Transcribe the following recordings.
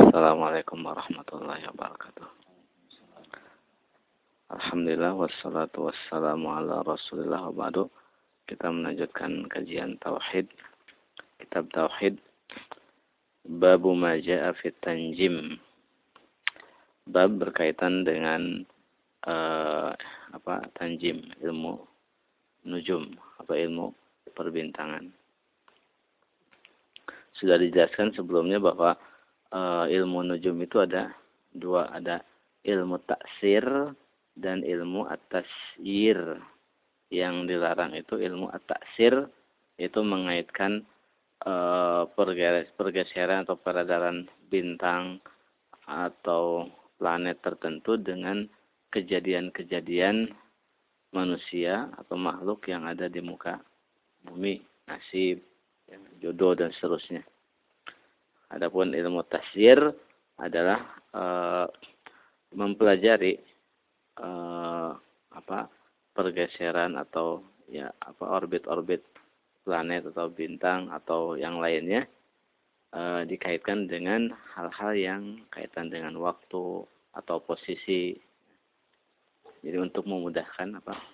Assalamualaikum warahmatullahi wabarakatuh. Alhamdulillah wassalatu wassalamu ala Rasulillah wa ba'du. Kita melanjutkan kajian tauhid, kitab tauhid, bab ma jaa fit tanjim. Bab berkaitan dengan tanjim, ilmu nujum atau ilmu perbintangan. Sudah dijelaskan sebelumnya bahwa ilmu nujum itu ada dua, ada ilmu taksir dan ilmu at-tasyir. Yang dilarang itu ilmu at-taksir, itu mengaitkan pergeseran atau peredaran bintang atau planet tertentu dengan kejadian-kejadian manusia atau makhluk yang ada di muka bumi, nasib, jodoh dan seterusnya. Adapun ilmu tasyir adalah mempelajari pergeseran atau orbit-orbit planet atau bintang atau yang lainnya, dikaitkan dengan hal-hal yang kaitan dengan waktu atau posisi. Jadi untuk memudahkan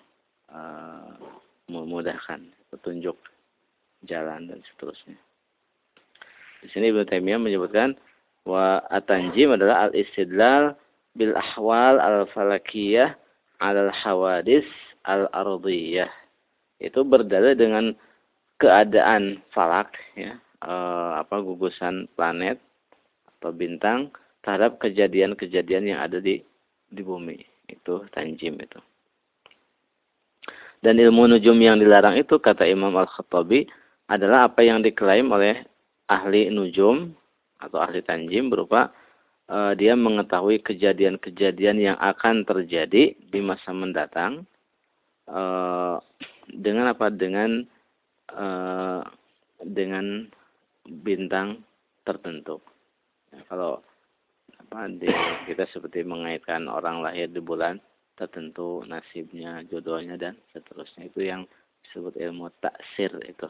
memudahkan petunjuk jalan dan seterusnya. Di sini Ibnu Taimiyah menyebutkan wa at-tanjim adalah al-istidlal bil ahwal al-falakiyah al-hawadis al-ardiyah. Itu berdalil dengan keadaan falak, ya, gugusan planet atau bintang terhadap kejadian-kejadian yang ada di bumi. Itu tanjim itu. Dan ilmu nujum yang dilarang itu, kata Imam Al-Khattabi, adalah apa yang diklaim oleh ahli nujum atau ahli tanjim, berupa dia mengetahui kejadian-kejadian yang akan terjadi di masa mendatang dengan bintang tertentu. Ya, kalau kita seperti mengaitkan orang lahir di bulan tertentu, nasibnya, jodohnya dan seterusnya, itu yang disebut ilmu taksir itu.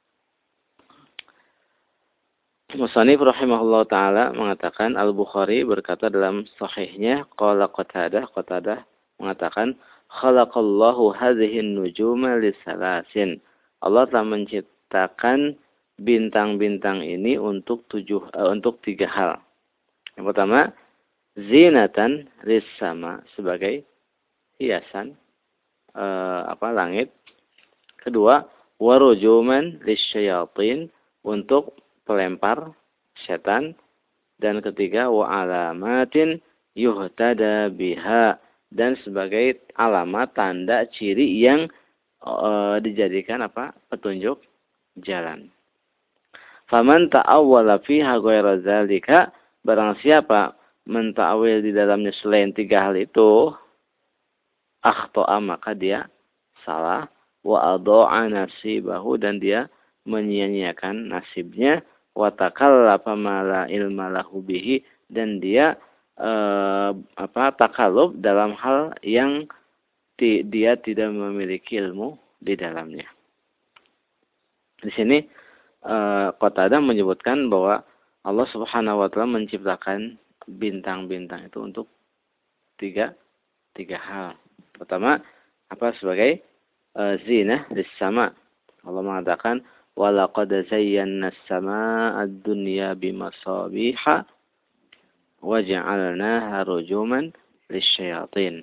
Musannif rahimahullah ta'ala mengatakan, Al-Bukhari berkata dalam sahihnya, qala Qatadah mengatakan, khalaqallahu hadhihin nujuma lisalasin. Allah telah menciptakan bintang-bintang ini untuk tiga hal. Yang pertama, zinatan lis-sama, sebagai hiasan langit. Kedua, warujuman lisyayatin, untuk pelempar setan. Dan ketiga, wa alamatin yuhtada biha, dan sebagai alamat, tanda, ciri yang dijadikan petunjuk jalan. Faman ta'awwala fiha ghaira zalika, barang siapa menta'wil di dalamnya selain tiga hal itu, akhta'a, maka dia salah, wa adha'a nasibahu, dan dia menyia-nyiakan nasibnya, wa takallafa ma la ilma lahu bihi, dan dia takalluf dalam hal yang dia tidak memiliki ilmu di dalamnya. Di sini Qatadah menyebutkan bahwa Allah Subhanahu wa taala menciptakan bintang-bintang itu untuk tiga hal. Pertama, sebagai zinah lis-sama. Allah mengatakan, walaqad zayyana as-samaa'a ad-dunya bimasabiha waja'alnaha rujuman lisyayatin.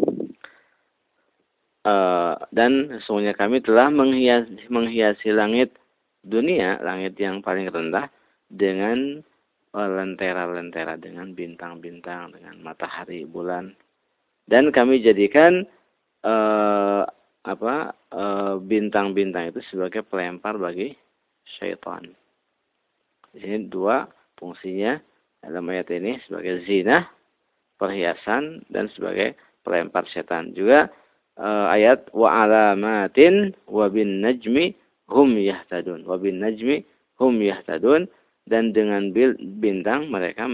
Dan sesungguhnya kami telah menghiasi langit dunia, langit yang paling rendah, dengan lentera-lentera, dengan bintang-bintang, dengan matahari, bulan. Dan kami jadikan bintang-bintang itu sebagai pelempar bagi syaitan. Di sini dua fungsinya dalam ayat ini, sebagai zinah, perhiasan, dan sebagai pelempar setan. Juga ayat wa alamatin wa bin najmi hum yahtadun. Wa bin najmi hum yahtadun, dan dengan bintang mereka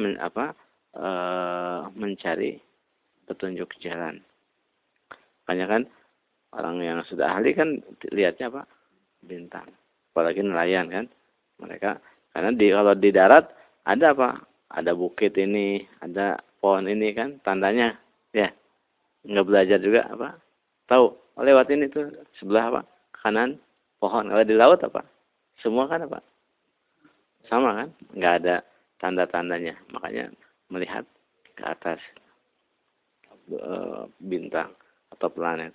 mencari petunjuk jalan. Makanya kan orang yang sudah ahli kan lihatnya bintang. Apalagi nelayan kan. Mereka karena kalau di darat ada ada bukit ini, ada pohon ini kan tandanya ya. Nggak belajar juga apa? Tahu, oh, lewat ini tuh sebelah apa? Kanan pohon. Kalau di laut apa? Semua kan apa? Sama kan? Nggak ada tanda-tandanya. Makanya melihat ke atas bintang atau planet.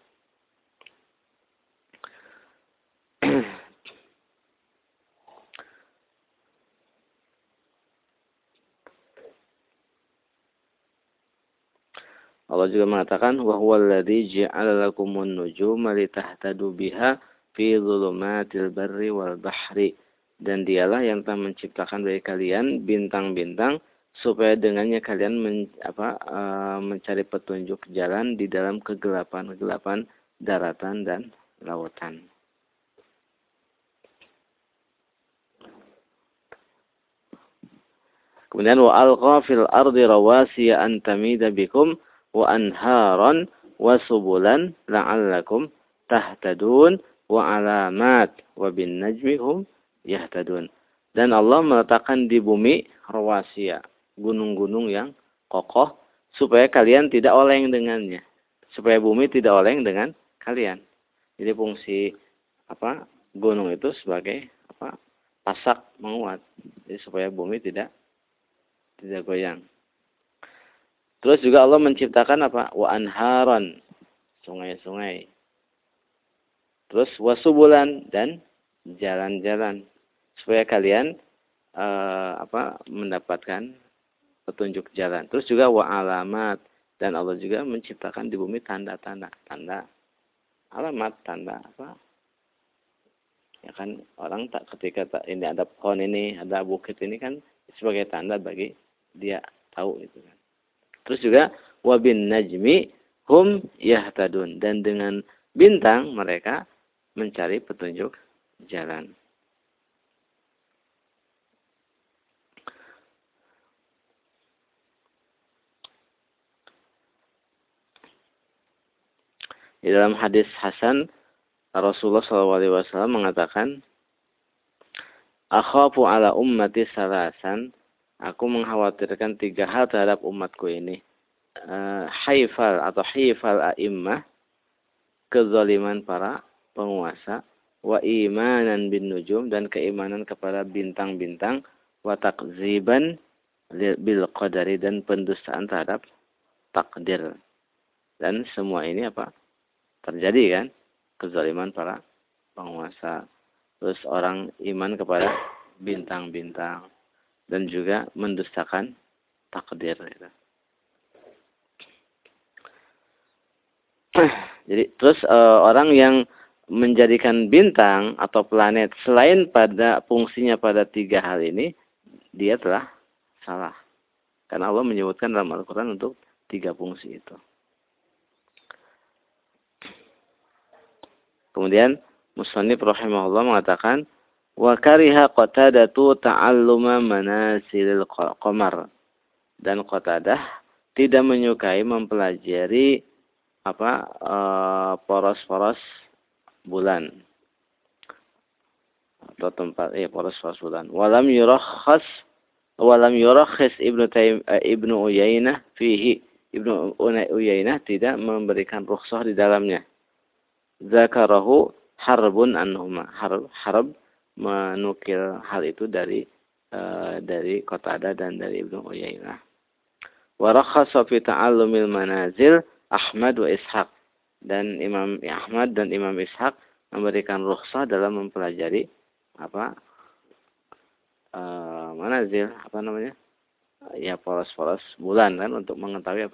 Allah juga mengatakan wa huwal ladzi ja'ala lakumun nujuma litahtadu biha fi dhulumatil barri wal bahri. Dan dialah yang telah menciptakan bagi kalian bintang-bintang supaya dengannya kalian mencari petunjuk jalan di dalam kegelapan-kegelapan daratan dan lautan. Kemudian wa alqa fil ardi rawasiya an tamida bikum wa anharan wa subulan la'allakum tahtadun wa alamat wa bin najmi hum yahtadun. Dan Allah meletakkan di bumi rawasiya, gunung-gunung yang kokoh supaya kalian tidak oleng dengannya. Supaya bumi tidak oleng dengan kalian. Jadi fungsi gunung itu sebagai pasak menguat. Jadi supaya bumi tidak goyang. Terus juga Allah menciptakan wa anharan, sungai-sungai. Terus wasubulan, dan jalan-jalan supaya kalian mendapatkan petunjuk jalan. Terus juga wa alamat, dan Allah juga menciptakan di bumi tanda-tanda, tanda alamat, tanda ya kan orang ketika ini ada pohon ini, ada bukit ini kan sebagai tanda bagi dia tahu itu kan. Terus juga wabin najmi hum yahtadun, dan dengan bintang mereka mencari petunjuk jalan. Di dalam hadis Hasan, Rasulullah SAW mengatakan, akhafu ala ummati salasan, aku mengkhawatirkan 3 hal terhadap umatku ini. Haifal atau hifal a'immah, kezaliman para penguasa, wa imanan bin nujum, dan keimanan kepada bintang-bintang, wa takziban bil qadari, dan pendustaan terhadap takdir. Dan semua ini terjadi kan? Kezaliman para penguasa. Terus orang iman kepada bintang-bintang, dan juga mendustakan takdir. Jadi terus orang yang menjadikan bintang atau planet selain pada fungsinya pada 3 hal ini, dia telah salah. Karena Allah menyebutkan dalam Al-Quran untuk 3 fungsi itu. Kemudian Musannif rahimahullah mengatakan, wa kariha Qatadatu ta'alluma manasilil qamar. Dan Qatadah tidak menyukai mempelajari poros-poros bulan atau tempat poros-poros bulan. Walam yurakhis Ibnu Uyainah fihi. Ibnu Uyainah tidak memberikan rukhsah di dalamnya. Zakarahu harbun anhuma. Harb menukil hal itu dari Qatadah dan dari Ibnu Uyainah. Wa rakhasa fi ta'allumil manazil Ahmad wa Ishaq, dan Imam Ahmad dan Imam Ishaq memberikan rukhsah dalam mempelajari manazil, ya poros-poros bulan kan, untuk mengetahui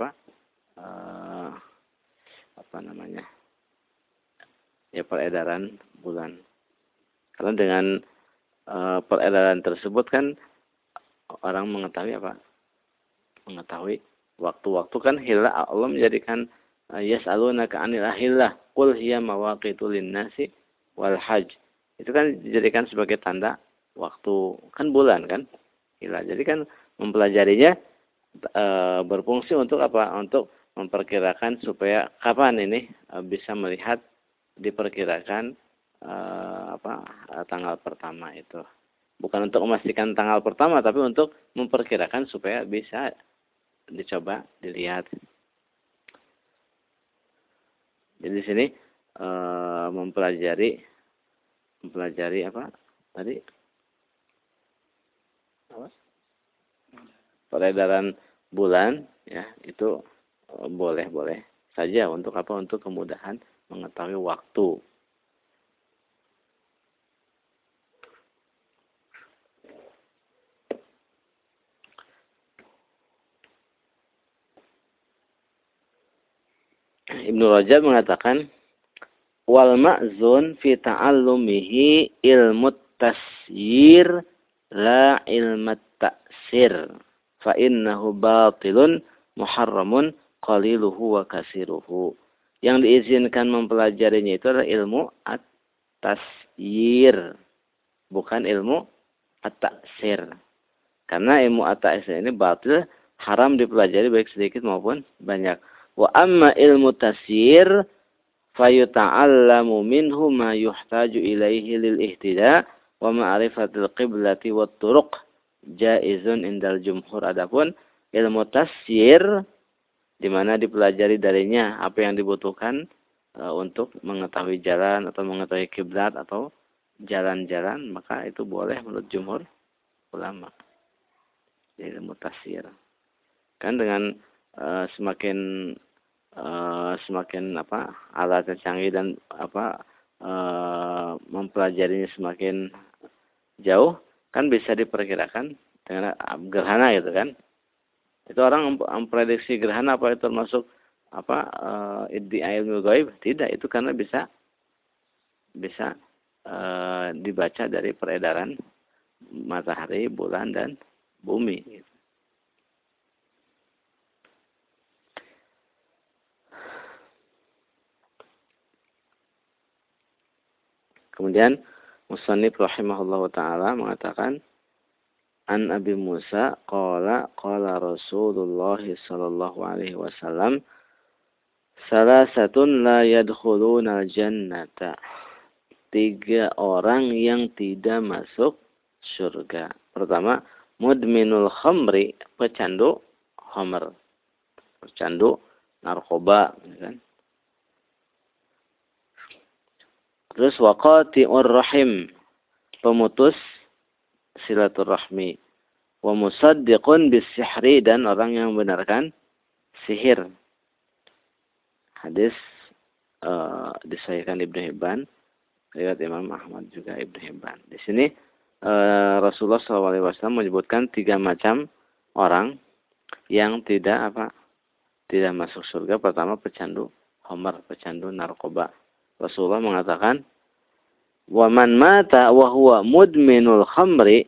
ya peredaran bulan. Karena dengan peredaran tersebut kan orang mengetahui mengetahui waktu-waktu kan hilal. Allah menjadikan yas'alunaka 'anil ahillah qul hiya mawaqitu lin-nasi wal hajj. Itu kan dijadikan sebagai tanda waktu kan bulan kan hilal. Jadi kan mempelajarinya berfungsi untuk Untuk memperkirakan supaya kapan ini bisa melihat, diperkirakan tanggal pertama itu. Bukan untuk memastikan tanggal pertama, tapi untuk memperkirakan supaya bisa dicoba dilihat. Jadi di sini mempelajari apa tadi? Apa? Peredaran bulan, ya itu boleh saja untuk apa? Untuk kemudahan mengetahui waktu. Ibnu Rajab mengatakan wal ma'zun fi ta'allumihi ilmu tasyir la ilmu ta'sir fa innahu batilun muharramun qaliluhu wa kasiruhu. Yang diizinkan mempelajarinya itu adalah ilmu at-tasyir, bukan ilmu at-ta'sir. Karena ilmu at-ta'sir ini batil, haram dipelajari baik sedikit maupun banyak. Wa amma ilmu tasyir fayuta'allamu minhu ma yuhtaju ilaihi lil ihtida wa ma'rifatil qiblati wat turuq jaizun indal jumhur. Adapun ilmu tasyir di mana dipelajari darinya apa yang dibutuhkan untuk mengetahui jalan atau mengetahui kiblat atau jalan-jalan, maka itu boleh menurut jumhur ulama. Jadi ilmu tasyir. Kan dengan semakin apa alatnya canggih dan apa mempelajarinya semakin jauh, kan bisa diperkirakan dengan gerhana gitu kan. Itu orang memprediksi gerhana apa itu termasuk apa iddia ilmu gaib? Tidak, itu karena bisa dibaca dari peredaran matahari, bulan dan bumi gitu. Kemudian Musannif rahimahullahu taala mengatakan An Abi Musa qala Rasulullah sallallahu alaihi wasallam salasatun la yadkhuluna jannata. 3 orang yang tidak masuk surga. Pertama, mudminul khamri, pecandu khamr. Pecandu narkoba, kan? Terus waqati'ur rahim, pemutus silaturahmi. Wa musaddiqun bis-sihri, dan orang yang membenarkan sihir. Hadis disahihkan Ibnu Hibban, riwayat Imam Ahmad juga Ibnu Hibban. Di sini Rasulullah SAW menyebutkan 3 macam orang yang tidak masuk surga. Pertama, pecandu khamr, pecandu narkoba. Rasulullah mengatakan, "Wa man mata wa huwa mudminul khamri,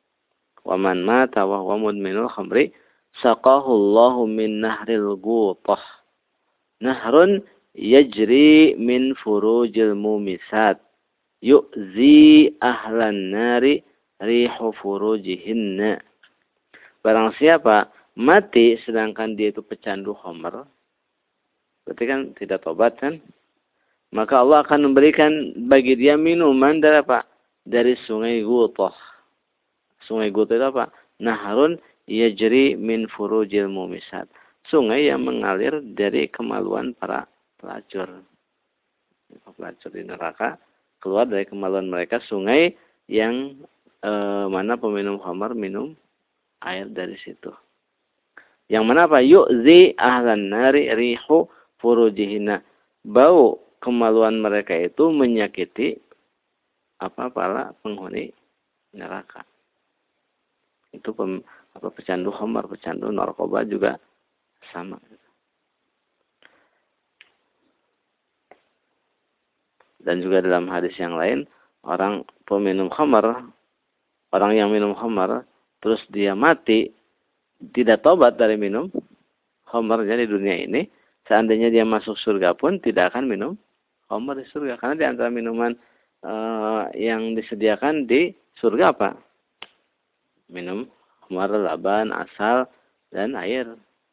saqahu Allahu min nahril ghutah. Nahrun yajri min furujil mumisat, yu'zi ahlan nari rihu furujihinna." Barang siapa mati sedangkan dia itu pecandu khamr, berarti kan tidak tobat kan? Maka Allah akan memberikan bagi dia minuman dari apa? Dari sungai Ghutah. Sungai Ghutah itu apa? Nahrun yajri min furujil mumisat. Sungai yang mengalir dari kemaluan para pelacur. Pelacur di neraka keluar dari kemaluan mereka, sungai yang mana peminum khamar minum air dari situ. Yang mana apa? Yu'zi ahlan nari rihu furujihina. Bau kemaluan mereka itu menyakiti para penghuni neraka. Itu pecandu khamar, pecandu narkoba juga sama. Dan juga dalam hadis yang lain, orang yang minum khamar terus dia mati tidak tobat dari minum khamarnya di dunia ini, seandainya dia masuk surga pun tidak akan minum khamar di surga, karena di antara minuman yang disediakan di surga apa? Minum khamar, laban, asal, dan air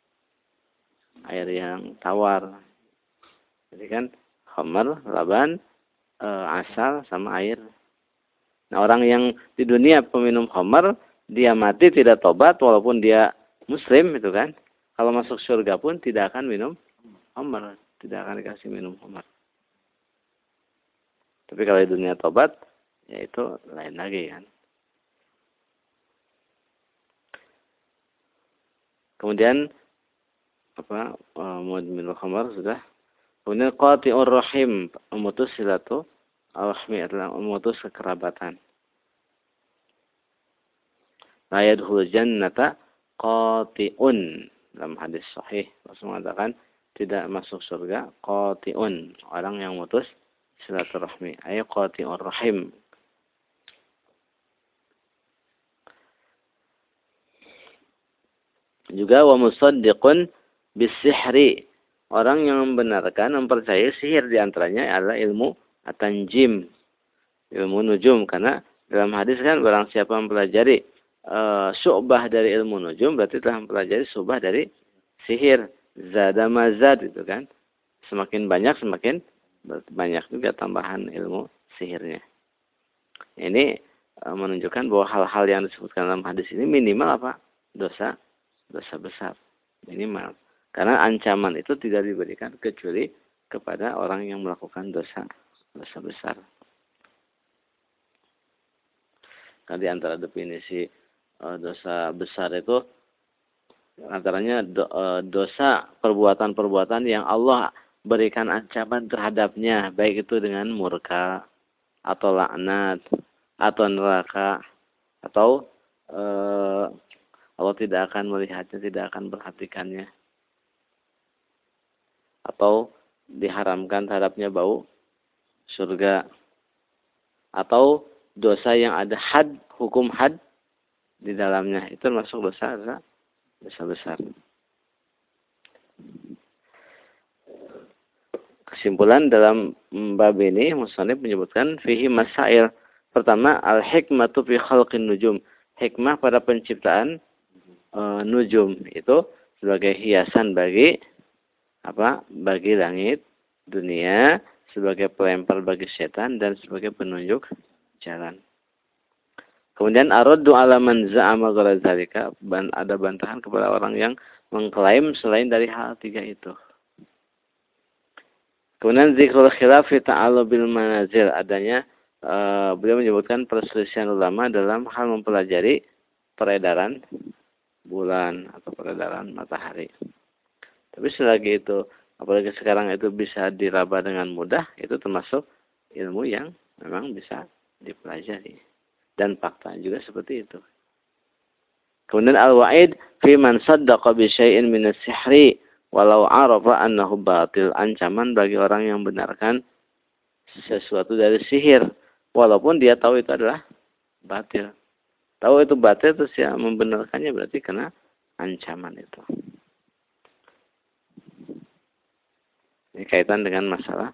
yang tawar. Jadi kan khamar, laban, asal, sama air. Nah, orang yang di dunia peminum khamar, dia mati tidak tobat walaupun dia muslim itu kan. Kalau masuk surga pun tidak akan minum khamar, tidak akan dikasih minum khamar. Tapi kalau di dunia tobat, ya itu lain lagi kan. Kemudian apa? Mudminul khamar sudah. Kemudian qati'ur rahim, memutus silaturahmi adalah memutus kekerabatan. La yadkhulul jannata qati'un. Dalam hadis sahih Rasul mengatakan tidak masuk surga qati'un, orang yang memutus silaturahmi, ay qati'ur rahim. Juga wa musaddiqun bisihri, orang yang membenarkan, mempercayai sihir, di antaranya adalah ilmu at-tanjim, ilmu nujum, karena dalam hadis kan barang siapa mempelajari syu'bah dari ilmu nujum berarti telah mempelajari syu'bah dari sihir. Zada mazad itu kan. Semakin banyak semakin banyak juga tambahan ilmu sihirnya. Ini menunjukkan bahwa hal-hal yang disebutkan dalam hadis ini minimal apa? Dosa besar. Minimal. Karena ancaman itu tidak diberikan kecuali kepada orang yang melakukan dosa besar. Nah, di antara definisi dosa besar itu antaranya dosa perbuatan-perbuatan yang Allah berikan ancaman terhadapnya, baik itu dengan murka atau laknat atau neraka, atau Allah tidak akan melihatnya, tidak akan perhatikannya, atau diharamkan terhadapnya bau surga, atau dosa yang ada hukum had di dalamnya, itu termasuk dosa besar. Kesimpulan dalam bab ini musannif menyebutkan fihi masail. Pertama, al-hikmatu fi khalqin nujum. Hikmah pada penciptaan nujum itu sebagai hiasan bagi langit dunia, sebagai pelempar bagi setan, dan sebagai penunjuk jalan. Kemudian araddu ala man za'ama ghayra dzalika, ada bantahan kepada orang yang mengklaim selain dari hal tiga itu. Kemudian zikrul khilaf fi ta'allubil manazil, adanya beliau menyebutkan perselisihan ulama dalam hal mempelajari peredaran bulan atau peredaran matahari. Tapi selagi itu, apalagi sekarang itu bisa diraba dengan mudah, itu termasuk ilmu yang memang bisa dipelajari. Dan fakta juga seperti itu. Kemudian al-wa'id fi man saddaqa bi syai'in min as-sihri walau arafa annahu batil, ancaman bagi orang yang benarkan sesuatu dari sihir walaupun dia tahu itu adalah batil. Tahu itu batil terus ya membenarkannya, berarti kena ancaman itu. Ini kaitan dengan masalah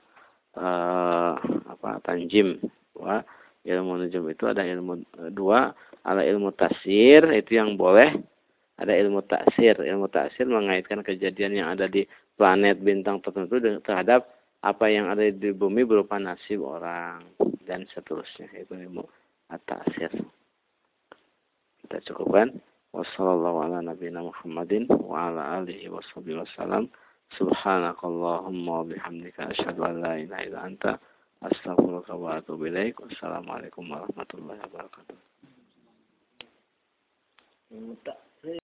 tanjim. Wah, ilmu nujum itu ada ilmu dua, ada ilmu tasir itu yang boleh, ada ilmu taksir. Ilmu taksir mengaitkan kejadian yang ada di planet bintang tertentu terhadap apa yang ada di bumi berupa nasib orang dan seterusnya. Itu ilmu taksir. Kita cukupkan. Wassalamualaikum warahmatullahi wabarakatuh. Wa ala alihi wasallam. Subhanakallahumma wa bihamdika asyhadu an la ilaha illa anta astaghfiruka wa atubu ilaik. Wassalamualaikum warahmatullahi wabarakatuh.